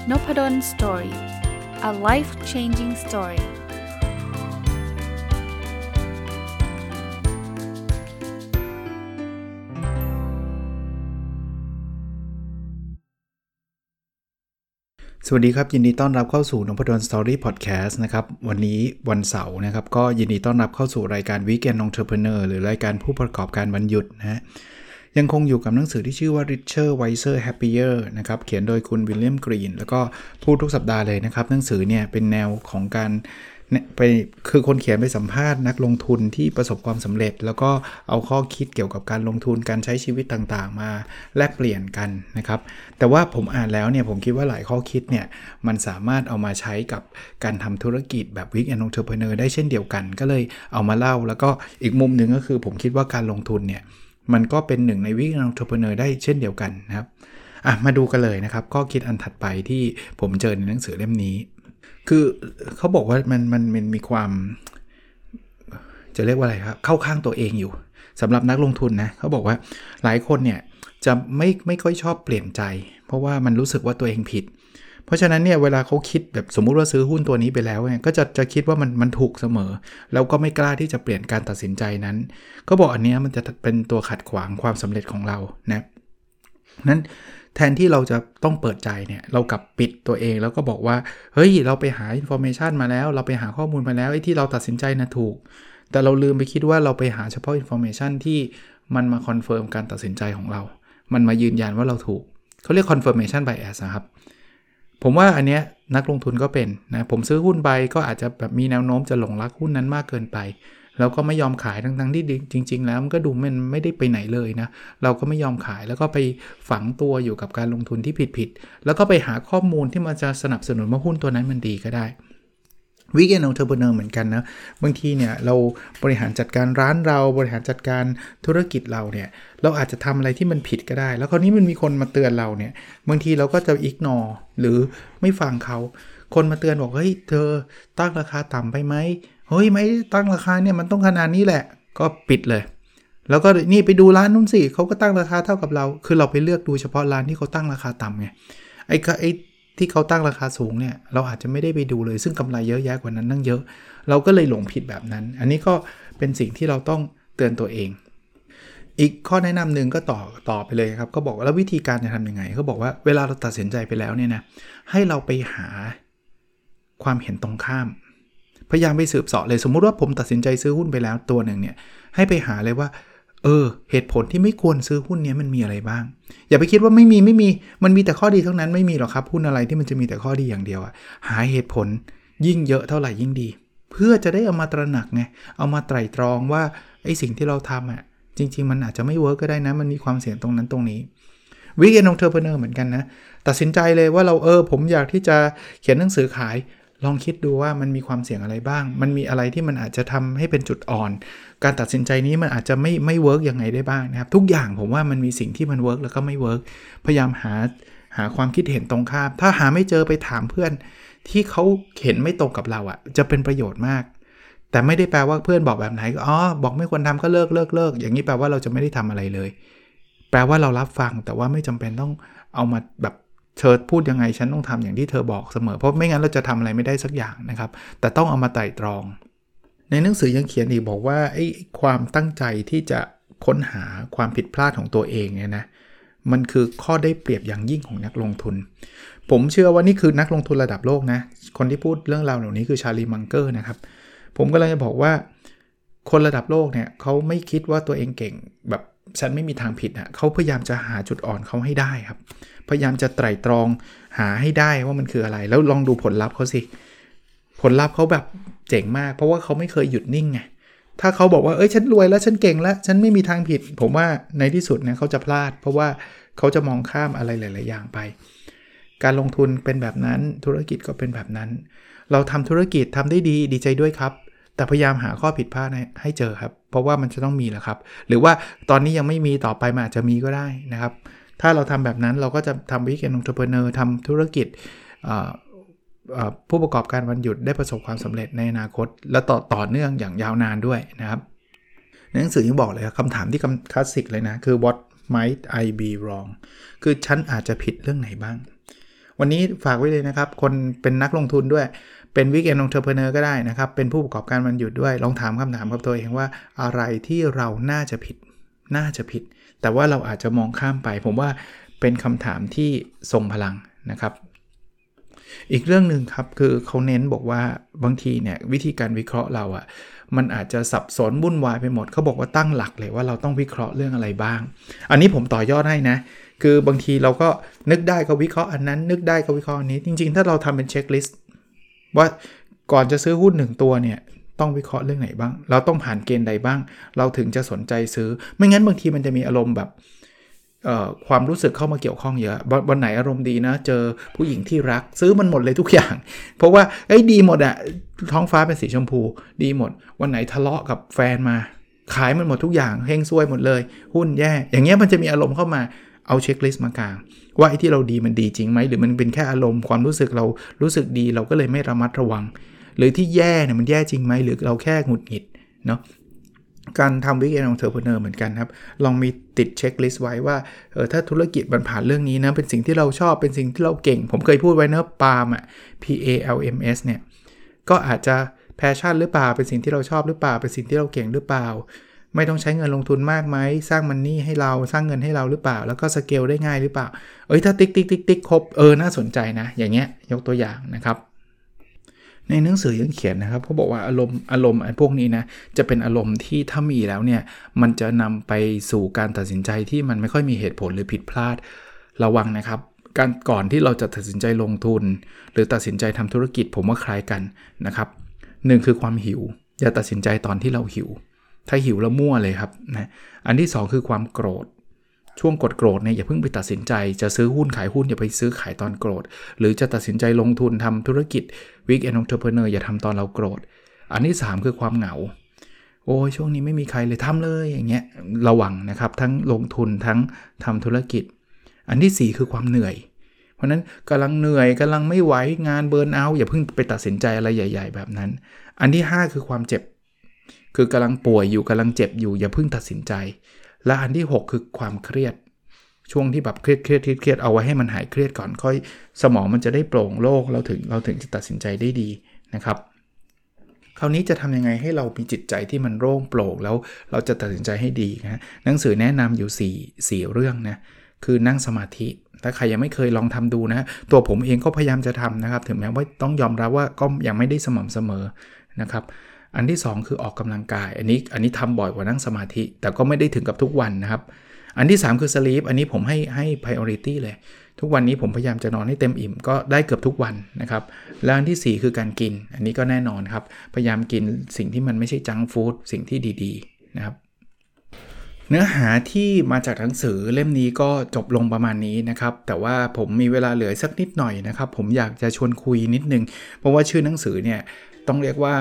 Nopadon Story. A life-changing story. สวัสดีครับยินดีต้อนรับเข้าสู่ Nopadon Story Podcast นะครับวันนี้วันเสาร์นะครับก็ยินดีต้อนรับเข้าสู่รายการ Weekend Entrepreneur หรือรายการผู้ประกอบการวันหยุดนะฮะยังคงอยู่กับหนังสือที่ชื่อว่า Richer Wiser Happier นะครับเขียนโดยคุณวิลเลียมกรีนแล้วก็พูดทุกสัปดาห์เลยนะครับหนังสือเนี่ยเป็นแนวของการไปคือคนเขียนไปสัมภาษณ์นักลงทุนที่ประสบความสำเร็จแล้วก็เอาข้อคิดเกี่ยวกับการลงทุนการใช้ชีวิตต่างๆมาแลกเปลี่ยนกันนะครับแต่ว่าผมอ่านแล้วเนี่ยผมคิดว่าหลายข้อคิดเนี่ยมันสามารถเอามาใช้กับการทำธุรกิจแบบ Weekend Entrepreneur ได้เช่นเดียวกันก็เลยเอามาเล่าแล้วก็อีกมุมนึงก็คือผมคิดว่าการลงทุนเนี่ยมันก็เป็นหนึ่งใน Weekend Entrepreneur ได้เช่นเดียวกันนะครับมาดูกันเลยนะครับข้อคิดอันถัดไปที่ผมเจอในหนังสือเล่มนี้คือเขาบอกว่ามันมีความจะเรียกว่าอะไรครับเข้าข้างตัวเองอยู่สำหรับนักลงทุนนะเขาบอกว่าหลายคนเนี่ยจะไม่ค่อยชอบเปลี่ยนใจเพราะว่ามันรู้สึกว่าตัวเองผิดเพราะฉะนั้นเนี่ยเวลาเขาคิดแบบสมมุติว่าซื้อหุ้นตัวนี้ไปแล้วเนี่ยก็จะคิดว่ามันถูกเสมอแล้วก็ไม่กล้าที่จะเปลี่ยนการตัดสินใจนั้นก็บอกอันนี้มันจะเป็นตัวขัดขวางความสำเร็จของเรานะนั้นแทนที่เราจะต้องเปิดใจเนี่ยเรากลับปิดตัวเองแล้วก็บอกว่าเฮ้ยเราไปหาอินโฟเมชันมาแล้วเราไปหาข้อมูลมาแล้วไอ้ที่เราตัดสินใจนะถูกแต่เราลืมไปคิดว่าเราไปหาเฉพาะอินโฟเมชันที่มันมาคอนเฟิร์มการตัดสินใจของเรามันมายืนยันว่าเราถูกเขาเรียก confirmation bias นะครับผมว่าอันเนี้ยนักลงทุนก็เป็นนะผมซื้อหุ้นไปก็อาจจะแบบมีแนวโน้มจะหลงรักหุ้นนั้นมากเกินไปแล้วก็ไม่ยอมขายทั้งที่จริงๆแล้วมันก็ดูมันไม่ได้ไปไหนเลยนะเราก็ไม่ยอมขายแล้วก็ไปฝังตัวอยู่กับการลงทุนที่ผิดๆแล้วก็ไปหาข้อมูลที่มันจะสนับสนุนว่าหุ้นตัวนั้นมันดีก็ได้ Weekend Entrepreneur เหมือนกันนะบางทีเนี่ยเราบริหารจัดการร้านเราบริหารจัดการธุรกิจเราเนี่ยเราอาจจะทำอะไรที่มันผิดก็ได้แล้วคราวนี้มันมีคนมาเตือนเราเนี่ยบางทีเราก็จะ ignore หรือไม่ฟังเขาคนมาเตือนบอกเฮ้ยเธอตั้งราคาต่ำไปไหมเฮ้ยไม่ตั้งราคาเนี่ยมันต้องขนาดนี้แหละก็ปิดเลยแล้วก็นี่ไปดูร้านนู้นสิเขาก็ตั้งราคาเท่ากับเราคือเราไปเลือกดูเฉพาะร้านที่เขาตั้งราคาต่ำไงไอ้ที่เขาตั้งราคาสูงเนี่ยเราอาจจะไม่ได้ไปดูเลยซึ่งกำไรเยอะแยะกว่านั้นตั้งเยอะเราก็เลยหลงผิดแบบนั้นอันนี้ก็เป็นสิ่งที่เราต้องเตือนตัวเองอีกข้อแนะนำหนึ่งก็ต่อไปเลยครับก็บอกว่าแล้ววิธีการจะทำยังไงเขาบอกว่าเวลาเราตัดสินใจไปแล้วเนี่ยนะให้เราไปหาความเห็นตรงข้ามพยายามไปสืบเสาะเลยสมมุติว่าผมตัดสินใจซื้อหุ้นไปแล้วตัวหนึ่งเนี่ยให้ไปหาเลยว่าเหตุผลที่ไม่ควรซื้อหุ้นนี้มันมีอะไรบ้างอย่าไปคิดว่าไม่มีมันมีแต่ข้อดีเท่านั้นไม่มีหรอกครับหุ้นอะไรที่มันจะมีแต่ข้อดีอย่างเดียวหาเหตุผลยิ่งเยอะเท่าไหร่ยิ่งดีเพื่อจะได้เอามาตระหนักไงเอามาไตร่ตรองว่าไอ้สิ่งที่เราทำจริงๆมันอาจจะไม่เวิร์กก็ได้นะมันมีความเสี่ยงตรงนั้นตรงนี้ Weekend Entrepreneur เหมือนกันนะตัดสินใจเลยว่าเราผมอยากที่จะเขียนหนังสือขายลองคิดดูว่ามันมีความเสี่ยงอะไรบ้างมันมีอะไรที่มันอาจจะทำให้เป็นจุดอ่อนการตัดสินใจนี้มันอาจจะไม่เวิร์กยังไงได้บ้างนะครับทุกอย่างผมว่ามันมีสิ่งที่มันเวิร์กแล้วก็ไม่เวิร์กพยายามหาความคิดเห็นตรงข้ามถ้าหาไม่เจอไปถามเพื่อนที่เขาเห็นไม่ตรงกับเราจะเป็นประโยชน์มากแต่ไม่ได้แปลว่าเพื่อนบอกแบบไหนก็บอกไม่ควรทำก็เลิกอย่างนี้แปลว่าเราจะไม่ได้ทำอะไรเลยแปลว่าเรารับฟังแต่ว่าไม่จำเป็นต้องเอามาแบบเธอพูดยังไงฉันต้องทำอย่างที่เธอบอกเสมอเพราะไม่งั้นเราจะทำอะไรไม่ได้สักอย่างนะครับแต่ต้องเอามาไต่ตรองในหนังสือยังเขียนอีกบอกว่าไอ้ความตั้งใจที่จะค้นหาความผิดพลาดของตัวเองเนี่ยนะมันคือข้อได้เปรียบอย่างยิ่งของนักลงทุนผมเชื่อว่านี่คือนักลงทุนระดับโลกนะคนที่พูดเรื่องราวเหล่านี้คือชาลีมังเกอร์นะครับผมก็เลยจะบอกว่าคนระดับโลกเนี่ยเขาไม่คิดว่าตัวเองเก่งแบบฉันไม่มีทางผิดเขาพยายามจะหาจุดอ่อนเขาให้ได้ครับพยายามจะไตร่ตรองหาให้ได้ว่ามันคืออะไรแล้วลองดูผลลัพธ์เขาสิผลลัพธ์เขาแบบเจ๋งมากเพราะว่าเขาไม่เคยหยุดนิ่งไงถ้าเขาบอกว่าฉันรวยแล้วฉันเก่งแล้วฉันไม่มีทางผิดผมว่าในที่สุดเนี่ยเขาจะพลาดเพราะว่าเขาจะมองข้ามอะไรหลายๆอย่างไปการลงทุนเป็นแบบนั้นธุรกิจก็เป็นแบบนั้นเราทำธุรกิจทำได้ดีใจด้วยครับแต่พยายามหาข้อผิดพลาดให้เจอครับเพราะว่ามันจะต้องมีแหละครับหรือว่าตอนนี้ยังไม่มีต่อไปมันอาจจะมีก็ได้นะครับถ้าเราทำแบบนั้นเราก็จะทำ Weekend Entrepreneur ทำธุรกิจผู้ประกอบการวันหยุดได้ประสบความสำเร็จในอนาคตและต่อเนื่องอย่างยาวนานด้วยนะครับในหนังสือยังบอกเลยคำถามที่คลาสสิกเลยนะคือ what might I be wrong คือฉันอาจจะผิดเรื่องไหนบ้างวันนี้ฝากไว้เลยนะครับคนเป็นนักลงทุนด้วยเป็น Weekend Entrepreneur ก็ได้นะครับเป็นผู้ประกอบการวันหยุดด้วยลองถามคำถามกับตัวเองว่าอะไรที่เราน่าจะผิดแต่ว่าเราอาจจะมองข้ามไปผมว่าเป็นคำถามที่ทรงพลังนะครับอีกเรื่องนึงครับคือเขาเน้นบอกว่าบางทีเนี่ยวิธีการวิเคราะห์เราอ่ะมันอาจจะสับสนวุ่นวายไปหมดเขาบอกว่าตั้งหลักเลยว่าเราต้องวิเคราะห์เรื่องอะไรบ้างอันนี้ผมต่อยอดให้นะคือบางทีเราก็นึกได้ก็วิเคราะห์อันนั้นนึกได้ก็วิเคราะห์อันนี้จริงๆถ้าเราทำเป็นเช็คลิสต์ว่าก่อนจะซื้อหุ้น1ตัวเนี่ยต้องวิเคราะห์เรื่องไหนบ้างเราต้องผ่านเกณฑ์ใดบ้างเราถึงจะสนใจซื้อไม่งั้นบางทีมันจะมีอารมณ์แบบความรู้สึกเข้ามาเกี่ยวข้องเยอะวันไหนอารมณ์ดีนะเจอผู้หญิงที่รักซื้อมันหมดเลยทุกอย่างเพราะว่าดีหมดอะท้องฟ้าเป็นสีชมพูดีหมดวันไหนทะเลาะกับแฟนมาขายมันหมดทุกอย่างเฮงซวยหมดเลยหุ้นแย่อย่างเงี้ยมันจะมีอารมณ์เข้ามาเอาเช็คลิสต์มากลางว่าไอ้ที่เราดีมันดีจริงไหมหรือมันเป็นแค่อารมณ์ความรู้สึกเรารู้สึกดีเราก็เลยไม่ระมัดระวังหรือที่แย่เนี่ยมันแย่จริงไหมหรือเราแค่หงุดหงิดเนาะการทำ Weekend Entrepreneur เหมือนกันครับลองมีติดเช็คลิสต์ไว้ว่าถ้าธุรกิจมันผ่านเรื่องนี้นะเป็นสิ่งที่เราชอบเป็นสิ่งที่เราเก่งผมเคยพูดไว้นะปาล์มPALMS เนี่ยก็อาจจะแพชชั่นหรือเปล่าเป็นสิ่งที่เราชอบหรือเปล่าเป็นสิ่งที่เราเก่งหรือเปล่าไม่ต้องใช้เงินลงทุนมากไหมสร้างมันนี่ให้เราสร้างเงินให้เราหรือเปล่าแล้วก็สเกลได้ง่ายหรือเปล่าถ้าติ๊กครบน่าสนใจนะอย่างเงี้ยยกตัวอย่างนะครับในหนังสือยังเขียนนะครับเขาบอกว่าอารมณ์อันพวกนี้นะจะเป็นอารมณ์ที่ถ้ามีแล้วเนี่ยมันจะนำไปสู่การตัดสินใจที่มันไม่ค่อยมีเหตุผลหรือผิดพลาดระวังนะครับก่อนที่เราจะตัดสินใจลงทุนหรือตัดสินใจทำธุรกิจผมว่าคล้ายกันนะครับ1คือความหิวอย่าตัดสินใจตอนที่เราหิวถ้าหิวแล้วมั่วเลยครับนะอันที่2คือความโกรธช่วงกดโกรธเนี่ยอย่าเพิ่งไปตัดสินใจจะซื้อหุ้นขายหุ้นอย่าไปซื้อขายตอนโกรธหรือจะตัดสินใจลงทุนทำธุรกิจ Weekend Entrepreneur อย่าทำตอนเราโกรธอันที่3คือความเหงาโอ้ยช่วงนี้ไม่มีใครเลยทำเลยอย่างเงี้ยระวังนะครับทั้งลงทุนทั้งทำธุรกิจอันที่4คือความเหนื่อยเพราะนั้นกำลังเหนื่อยกำลังไม่ไหวงานเบิร์นเอาท์อย่าเพิ่งไปตัดสินใจอะไรใหญ่ๆแบบนั้นอันที่5คือความเจ็บคือกำลังป่วยอยู่กำลังเจ็บอยู่อย่าเพิ่งตัดสินใจและอันที่6คือความเครียดช่วงที่แบบเครียดเอาไว้ให้มันหายเครียดก่อนค่อยสมองมันจะได้โปร่งโล่งเราถึงจะตัดสินใจได้ดีนะครับคราวนี้จะทำยังไงให้เรามีจิตใจที่มันโล่งโปร่งแล้วเราจะตัดสินใจให้ดีนะหนังสือแนะนำอยู่4เรื่องนะคือนั่งสมาธิถ้าใครยังไม่เคยลองทำดูนะตัวผมเองก็พยายามจะทำนะครับถึงแม้ว่าต้องยอมรับว่าก็ยังไม่ได้สม่ำเสมอนะครับอันที่2คือออกกำลังกายอันนี้ทำบ่อยกว่านั่งสมาธิแต่ก็ไม่ได้ถึงกับทุกวันนะครับอันที่3คือ sleep อันนี้ผมให้ priority เลยทุกวันนี้ผมพยายามจะนอนให้เต็มอิ่มก็ได้เกือบทุกวันนะครับแล้วอันที่4คือการกินอันนี้ก็แน่นอนครับพยายามกินสิ่งที่มันไม่ใช่จังก์ฟู้ดสิ่งที่ดีๆนะครับเนื้อหาที่มาจากหนังสือเล่มนี้ก็จบลงประมาณนี้นะครับแต่ว่าผมมีเวลาเหลือสักนิดหน่อยนะครับผมอยากจะชวนคุยนิดนึงเพราะว่าชื่อหนังสือเนี่ยต้องเรียกว่า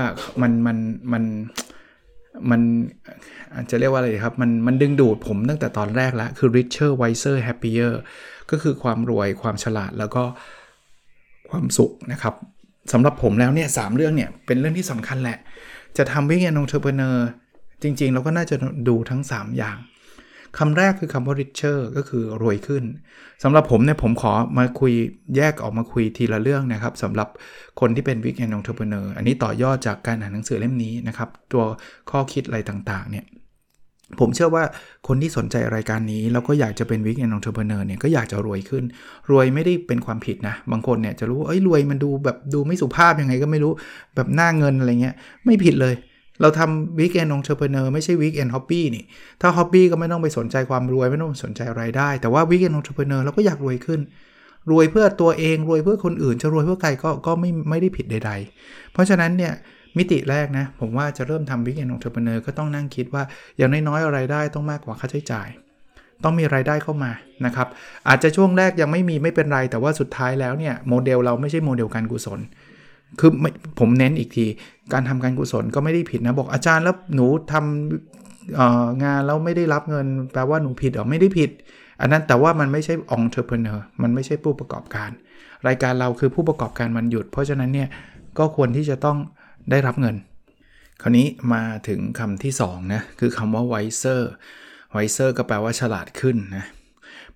มันอาจจะเรียกว่าอะไรครับมันดึงดูดผมตั้งแต่ตอนแรกแล้วคือ richer wiser happier ก็คือความรวยความฉลาดแล้วก็ความสุขนะครับสำหรับผมแล้วเนี่ย3เรื่องเนี่ยเป็นเรื่องที่สำคัญแหละจะทำ Weekend Entrepreneur จริงๆเราก็น่าจะดูทั้ง3อย่างคำแรกคือคำว่า richer ก็คือรวยขึ้นสำหรับผมเนี่ยผมขอมาคุยแยกออกมาคุยทีละเรื่องนะครับสำหรับคนที่เป็น Weekend Entrepreneur อันนี้ต่อยอดจากการอ่านหนังสือเล่มนี้นะครับตัวข้อคิดอะไรต่างๆเนี่ยผมเชื่อว่าคนที่สนใจรายการนี้แล้วก็อยากจะเป็น Weekend Entrepreneur เนี่ยก็อยากจะรวยขึ้นรวยไม่ได้เป็นความผิดนะบางคนเนี่ยจะรู้ว่ารวยมันดูแบบดูไม่สุภาพยังไงก็ไม่รู้แบบหน้าเงินอะไรเงี้ยไม่ผิดเลยเราทำ Weekend Entrepreneur ไม่ใช่ Weekend Hobby นี่ถ้า Hobby ก็ไม่ต้องไปสนใจความรวยไม่ต้องสนใจรายได้แต่ว่า Weekend Entrepreneur เราก็อยากรวยขึ้นรวยเพื่อตัวเองรวยเพื่อคนอื่นจะรวยเพื่อใครก็ไม่ได้ผิดใดๆเพราะฉะนั้นเนี่ยมิติแรกนะผมว่าจะเริ่มทำ Weekend Entrepreneur ก็ต้องนั่งคิดว่าอย่างน้อยๆรายได้ต้องมากกว่าค่าใช้จ่ายต้องมีรายได้เข้ามานะครับอาจจะช่วงแรกยังไม่เป็นไรแต่ว่าสุดท้ายแล้วเนี่ยโมเดลเราไม่ใช่โมเดลการกุศลคือผมเน้นอีกทีการทำการกุศลก็ไม่ได้ผิดนะบอกอาจารย์แล้วหนูทำงานแล้วไม่ได้รับเงินแปลว่าหนูผิดหรอไม่ได้ผิดอันนั้นแต่ว่ามันไม่ใช่ entrepreneur มันไม่ใช่ผู้ประกอบการรายการเราคือผู้ประกอบการวันหยุดเพราะฉะนั้นเนี่ยก็ควรที่จะต้องได้รับเงินคราวนี้มาถึงคำที่2นะคือคำว่า wiser ก็แปลว่าฉลาดขึ้นนะ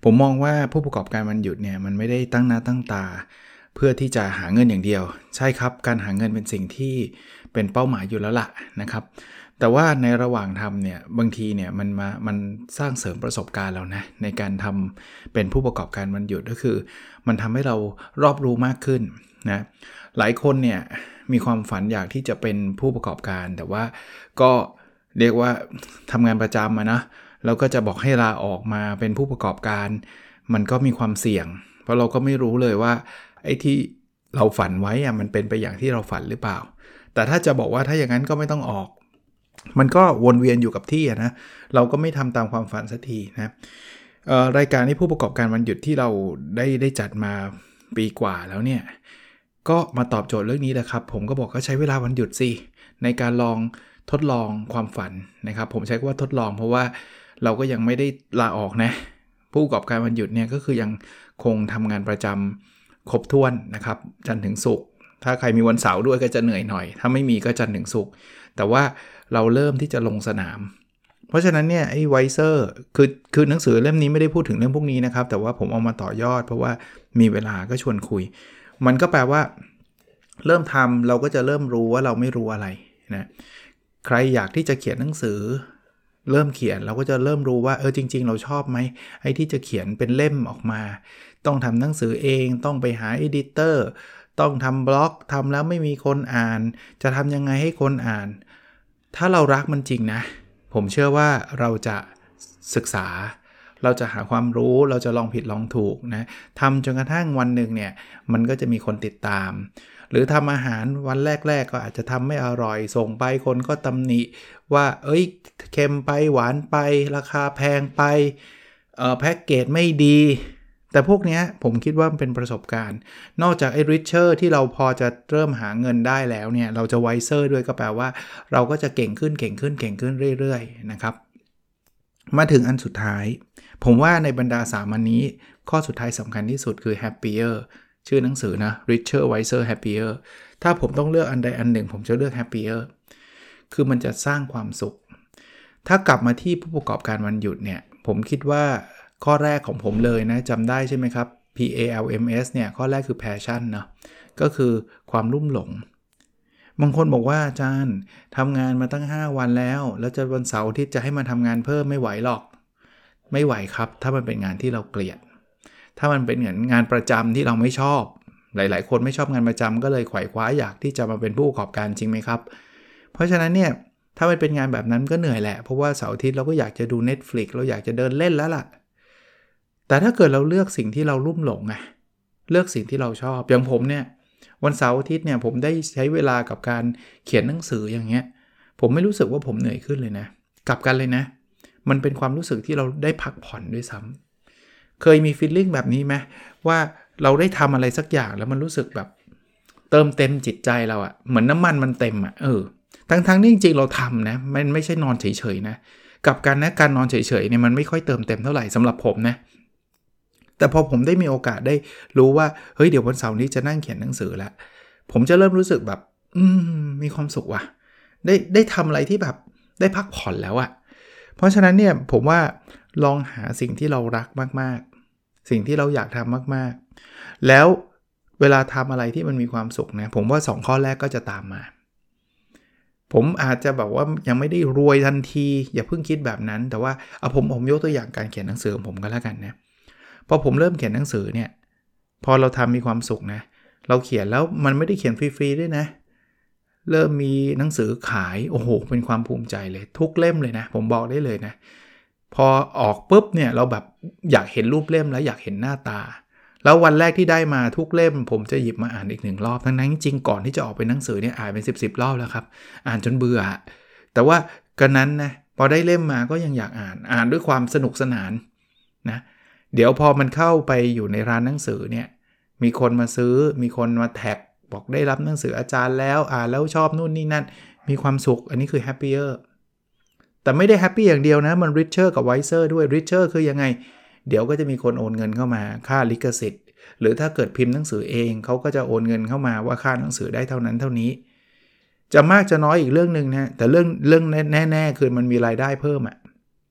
ผมมองว่าผู้ประกอบการวันหยุดเนี่ยมันไม่ได้ตั้งหน้าตั้งตาเพื่อที่จะหาเงินอย่างเดียวใช่ครับการหาเงินเป็นสิ่งที่เป็นเป้าหมายอยู่แล้วล่ะนะครับแต่ว่าในระหว่างทำเนี่ยบางทีเนี่ยมันสร้างเสริมประสบการณ์เรานะในการทำเป็นผู้ประกอบการวันหยุดก็คือมันทำให้เรารอบรู้มากขึ้นนะหลายคนเนี่ยมีความฝันอยากที่จะเป็นผู้ประกอบการแต่ว่าก็เรียกว่าทำงานประจำนะแล้วก็จะบอกให้ลาออกมาเป็นผู้ประกอบการมันก็มีความเสี่ยงเพราะเราก็ไม่รู้เลยว่าไอ้ที่เราฝันไว้มันเป็นไปอย่างที่เราฝันหรือเปล่าแต่ถ้าจะบอกว่าถ้าอย่างนั้นก็ไม่ต้องออกมันก็วนเวียนอยู่กับที่นะเราก็ไม่ทำตามความฝันสักทีนะรายการที่ผู้ประกอบการวันหยุดที่เราได้จัดมาปีกว่าแล้วเนี่ยก็มาตอบโจทย์เรื่องนี้แหละครับผมก็บอกก็ใช้เวลาวันหยุดสิในการลองทดลองความฝันนะครับผมใช้คำว่าทดลองเพราะว่าเราก็ยังไม่ได้ลาออกนะผู้ประกอบการวันหยุดเนี่ยก็คือยังคงทำงานประจำครบถ้วนนะครับจันทร์ถึงศุกร์ถ้าใครมีวันเสาร์ด้วยก็จะเหนื่อยหน่อยถ้าไม่มีก็จันทร์ถึงศุกร์แต่ว่าเราเริ่มที่จะลงสนามเพราะฉะนั้นเนี่ยไอ้ไวเซอร์คือหนังสือเล่มนี้ไม่ได้พูดถึงเรื่องพวกนี้นะครับแต่ว่าผมเอามาต่อยอดเพราะว่ามีเวลาก็ชวนคุยมันก็แปลว่าเริ่มทำเราก็จะเริ่มรู้ว่าเราไม่รู้อะไรนะใครอยากที่จะเขียนหนังสือเริ่มเขียนเราก็จะเริ่มรู้ว่าจริงๆเราชอบไหมไอ้ที่จะเขียนเป็นเล่มออกมาต้องทำหนังสือเองต้องไปหาเอดิเตอร์ต้องทำบล็อกทำแล้วไม่มีคนอ่านจะทำยังไงให้คนอ่านถ้าเรารักมันจริงนะผมเชื่อว่าเราจะศึกษาเราจะหาความรู้เราจะลองผิดลองถูกนะทำจนกระทั่งวันหนึ่งเนี่ยมันก็จะมีคนติดตามหรือทำอาหารวันแรกๆก็อาจจะทำไม่อร่อยส่งไปคนก็ตำหนิว่าเค็มไปหวานไปราคาแพงไปแพ็กเกจไม่ดีแต่พวกนี้ผมคิดว่ามันเป็นประสบการณ์นอกจากไอ้ richer ที่เราพอจะเริ่มหาเงินได้แล้วเนี่ยเราจะ wiser ด้วยก็แปลว่าเราก็จะเก่งขึ้นเรื่อยๆนะครับมาถึงอันสุดท้ายผมว่าในบรรดา3อันนี้ข้อสุดท้ายสำคัญที่สุดคือ happier ชื่อหนังสือนะ richer wiser happier ถ้าผมต้องเลือกอันใดอันหนึ่งผมจะเลือก happier คือมันจะสร้างความสุขถ้ากลับมาที่ผู้ประกอบการวันหยุดเนี่ยผมคิดว่าข้อแรกของผมเลยนะจำได้ใช่ไหมครับ PALMS เนี่ยข้อแรกคือ passion เนาะก็คือความลุ่มหลงบางคนบอกว่าอาจารย์ทำงานมาตั้ง5วันแล้วจะวันเสาร์อาทิตย์จะให้มาทำงานเพิ่มไม่ไหวหรอกไม่ไหวครับถ้ามันเป็นงานที่เราเกลียดถ้ามันเป็นงานประจำที่เราไม่ชอบหลายๆคนไม่ชอบงานประจำก็เลยไขว่คว้าอยากที่จะมาเป็นผู้ประกอบการจริงไหมครับเพราะฉะนั้นเนี่ยถ้ามันเป็นงานแบบนั้นก็เหนื่อยแหละเพราะว่าเสาร์อาทิตย์เราก็อยากจะดู Netflix เราอยากจะเดินเล่นแล้วล่ะแต่ถ้าเกิดเราเลือกสิ่งที่เราลุ่มหลงเลือกสิ่งที่เราชอบอย่างผมเนี่ยวันเสาร์อาทิตย์เนี่ยผมได้ใช้เวลากับการเขียนหนังสืออย่างเงี้ยผมไม่รู้สึกว่าผมเหนื่อยขึ้นเลยนะกลับกันเลยนะมันเป็นความรู้สึกที่เราได้พักผ่อนด้วยซ้ำเคยมีฟีลลิ่งแบบนี้ไหมว่าเราได้ทำอะไรสักอย่างแล้วมันรู้สึกแบบเติมเต็มจิตใจเราเหมือนน้ำมันมันเต็มทั้งนี่จริงๆเราทำนะมันไม่ใช่นอนเฉยๆนะกลับกันนะการนอนเฉยๆเนี่ยมันไม่ค่อยเติมเต็มเท่าไหร่สำหรับผมนะแต่พอผมได้มีโอกาสได้รู้ว่าเฮ้ยเดี๋ยววันเสาร์นี้จะนั่งเขียนหนังสือแล้วผมจะเริ่มรู้สึกแบบมีความสุขว่ะได้ทำอะไรที่แบบได้พักผ่อนแล้วเพราะฉะนั้นเนี่ยผมว่าลองหาสิ่งที่เรารักมากๆสิ่งที่เราอยากทำมากๆแล้วเวลาทำอะไรที่มันมีความสุขนะผมว่า2ข้อแรกก็จะตามมาผมอาจจะแบบว่ายังไม่ได้รวยทันทีอย่าเพิ่งคิดแบบนั้นแต่ว่าผมยกตัวอย่างการเขียนหนังสือของผมก็แล้วกันนะพอผมเริ่มเขียนหนังสือเนี่ยพอเราทำมีความสุขนะเราเขียนแล้วมันไม่ได้เขียนฟรีๆด้วยนะเริ่มมีหนังสือขายโอ้โหเป็นความภูมิใจเลยทุกเล่มเลยนะผมบอกได้เลยนะพอออกปุ๊บเนี่ยเราแบบอยากเห็นรูปเล่มแล้วอยากเห็นหน้าตาแล้ววันแรกที่ได้มาทุกเล่มผมจะหยิบมาอ่านอีก1รอบทั้งนั้นจริงก่อนที่จะออกเป็นหนังสือเนี่ยอ่านเป็น10รอบแล้วครับอ่านจนเบื่อแต่ว่ากันนั้นนะพอได้เล่มมาก็ยังอยากอ่านด้วยความสนุกสนานนะเดี๋ยวพอมันเข้าไปอยู่ในร้านหนังสือเนี่ยมีคนมาซื้อมีคนมาแท็กบอกได้รับหนังสืออาจารย์แล้วอ่านแล้วชอบนู่นนี่นั่นมีความสุขอันนี้คือ happier แต่ไม่ได้ happy อย่างเดียวนะมัน richer กับ wiser ด้วย richer คือยังไงเดี๋ยวก็จะมีคนโอนเงินเข้ามาค่าลิขสิทธิ์หรือถ้าเกิดพิมพ์หนังสือเองเขาก็จะโอนเงินเข้ามาว่าค่าหนังสือได้เท่านั้นเท่านี้จะมากจะน้อยอีกเรื่องนึงนะแต่เรื่องแน่ๆคือมันมีรายได้เพิ่ม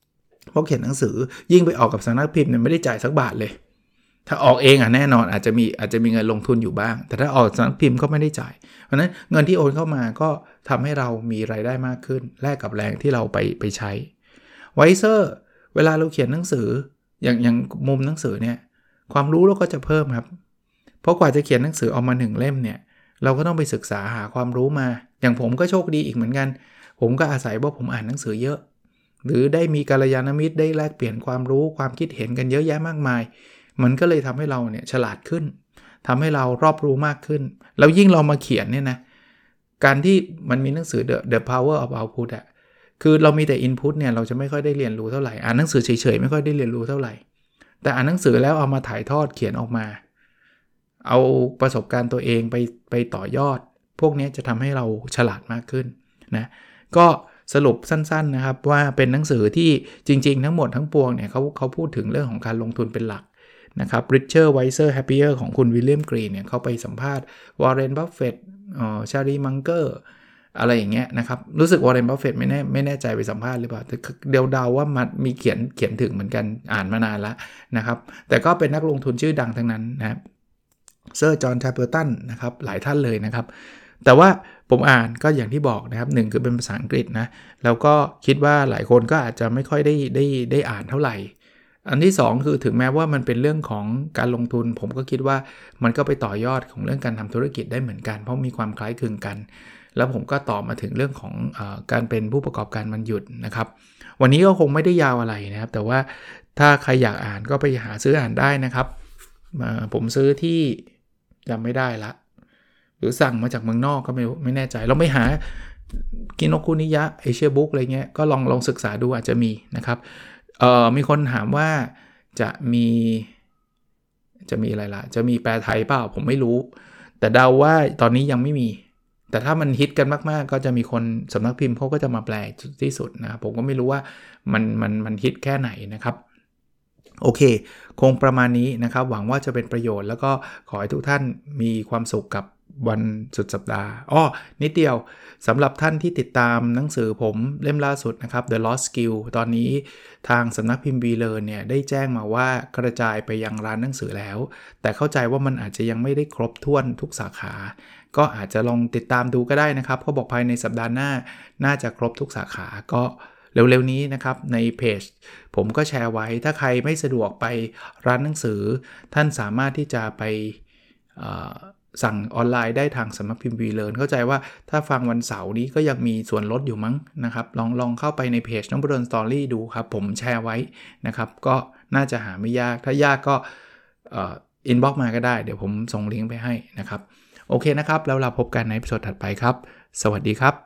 เพราะเขียนหนังสือยิ่งไปออกกับสำนักพิมพ์เนี่ยไม่ได้จ่ายสักบาทเลยถ้าออกเองแน่นอนอาจจะมีเงินลงทุนอยู่บ้างแต่ถ้าออกสำนักพิมพ์ก็ไม่ได้จ่ายเพราะนั้นเงินที่โอนเข้ามาก็ทำให้เรามีรายได้มากขึ้นแลกกับแรงที่เราไปใช้ไวเซอร์เวลาเราเขียนหนังสืออย่างมุมหนังสือเนี่ยความรู้เราก็จะเพิ่มครับเพราะกว่าจะเขียนหนังสือออกมา1เล่มเนี่ยเราก็ต้องไปศึกษาหาความรู้มาอย่างผมก็โชคดีอีกเหมือนกันผมก็อาศัยว่าผมอ่านหนังสือเยอะหรือได้มีกัลยาณมิตรได้แลกเปลี่ยนความรู้ความคิดเห็นกันเยอะแยะมากมายมันก็เลยทำให้เราเนี่ยฉลาดขึ้นทำให้เรารอบรู้มากขึ้นแล้วยิ่งเรามาเขียนเนี่ยนะการที่มันมีหนังสือ The Power of Output อะคือเรามีแต่ input เนี่ยเราจะไม่ค่อยได้เรียนรู้เท่าไหร่อ่านหนังสือเฉยๆไม่ค่อยได้เรียนรู้เท่าไหร่แต่อ่านหนังสือแล้วเอามาถ่ายทอดเขียนออกมาเอาประสบการณ์ตัวเองไปต่อยอดพวกนี้จะทำให้เราฉลาดมากขึ้นนะก็สรุปสั้นๆนะครับว่าเป็นหนังสือที่จริงๆทั้งหมดทั้งปวงเนี่ยเขาพูดถึงเรื่องของการลงทุนเป็นหลักนะครับ Richer Wiser Happier ของคุณวิลเลียมกรีนเนี่ยเขาไปสัมภาษณ์วอร์เรน บัฟเฟตต์ชาลีมังเกอร์อะไรอย่างเงี้ยนะครับรู้สึกวอร์เรน บัฟเฟตต์ไม่แน่ใจไปสัมภาษณ์หรือเปล่าแต่เดาว่ามันมีเขียนถึงเหมือนกันอ่านมานานแล้วนะครับแต่ก็เป็นนักลงทุนชื่อดังทั้งนั้นนะครับเซอร์จอห์น แทปเปอร์ตันนะครับหลายท่านเลยนะครับแต่ว่าผมอ่านก็อย่างที่บอกนะครับ1คือเป็นภาษาอังกฤษนะแล้วก็คิดว่าหลายคนก็อาจจะไม่ค่อยได้อ่านเท่าไหร่อันที่2คือถึงแม้ว่ามันเป็นเรื่องของการลงทุนผมก็คิดว่ามันก็ไปต่อยอดของเรื่องการทำธุรกิจได้เหมือนกันเพราะมีความคล้ายคลึงกันแล้วผมก็ต่อมาถึงเรื่องของการเป็นผู้ประกอบการวันหยุดนะครับวันนี้ก็คงไม่ได้ยาวอะไรนะครับแต่ว่าถ้าใครอยากอ่านก็ไปหาซื้ออ่านได้นะครับผมซื้อที่จำไม่ได้ละหรือสั่งมาจากเมืองนอกก็ไม่แน่ใจเราไม่หากิโนคุนิยะเอเชียบุ๊กอะไรเงี้ยก็ลองศึกษาดูอาจจะมีนะครับมีคนถามว่าจะมีอะไรล่ะจะมีแปลไทยเปล่าผมไม่รู้แต่เดาว่าตอนนี้ยังไม่มีแต่ถ้ามันฮิตกันมากๆก็จะมีคนสำนักพิมพ์เขาก็จะมาแปลที่สุดนะผมก็ไม่รู้ว่ามันฮิตแค่ไหนนะครับโอเคคงประมาณนี้นะครับหวังว่าจะเป็นประโยชน์แล้วก็ขอให้ทุกท่านมีความสุขกับวันสุดสัปดาห์นิดเดียวสำหรับท่านที่ติดตามหนังสือผมเล่มล่าสุดนะครับ The Lost Skill ตอนนี้ทางสำนักพิมพ์ VLearn เนี่ยได้แจ้งมาว่ากระจายไปยังร้านหนังสือแล้วแต่เข้าใจว่ามันอาจจะยังไม่ได้ครบถ้วนทุกสาขาก็อาจจะลองติดตามดูก็ได้นะครับเขาบอกภายในสัปดาห์หน้าน่าจะครบทุกสาขาก็เร็วๆนี้นะครับในเพจผมก็แชร์ไว้ถ้าใครไม่สะดวกไปร้านหนังสือท่านสามารถที่จะไปสั่งออนไลน์ได้ทางสำนักพิมพ์ VLearn เข้าใจว่าถ้าฟังวันเสาร์นี้ก็ยังมีส่วนลดอยู่มั้งนะครับลองเข้าไปในเพจน้องประดลสตอรี่ดูครับผมแชร์ไว้นะครับก็น่าจะหาไม่ยากถ้ายากก็อินบ็อกซ์มาก็ได้เดี๋ยวผมส่งลิงก์ไปให้นะครับโอเคนะครับแล้วเราพบกันในอีพิโซดถัดไปครับสวัสดีครับ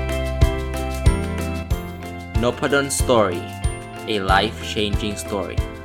Nopadon Story, a life-changing story.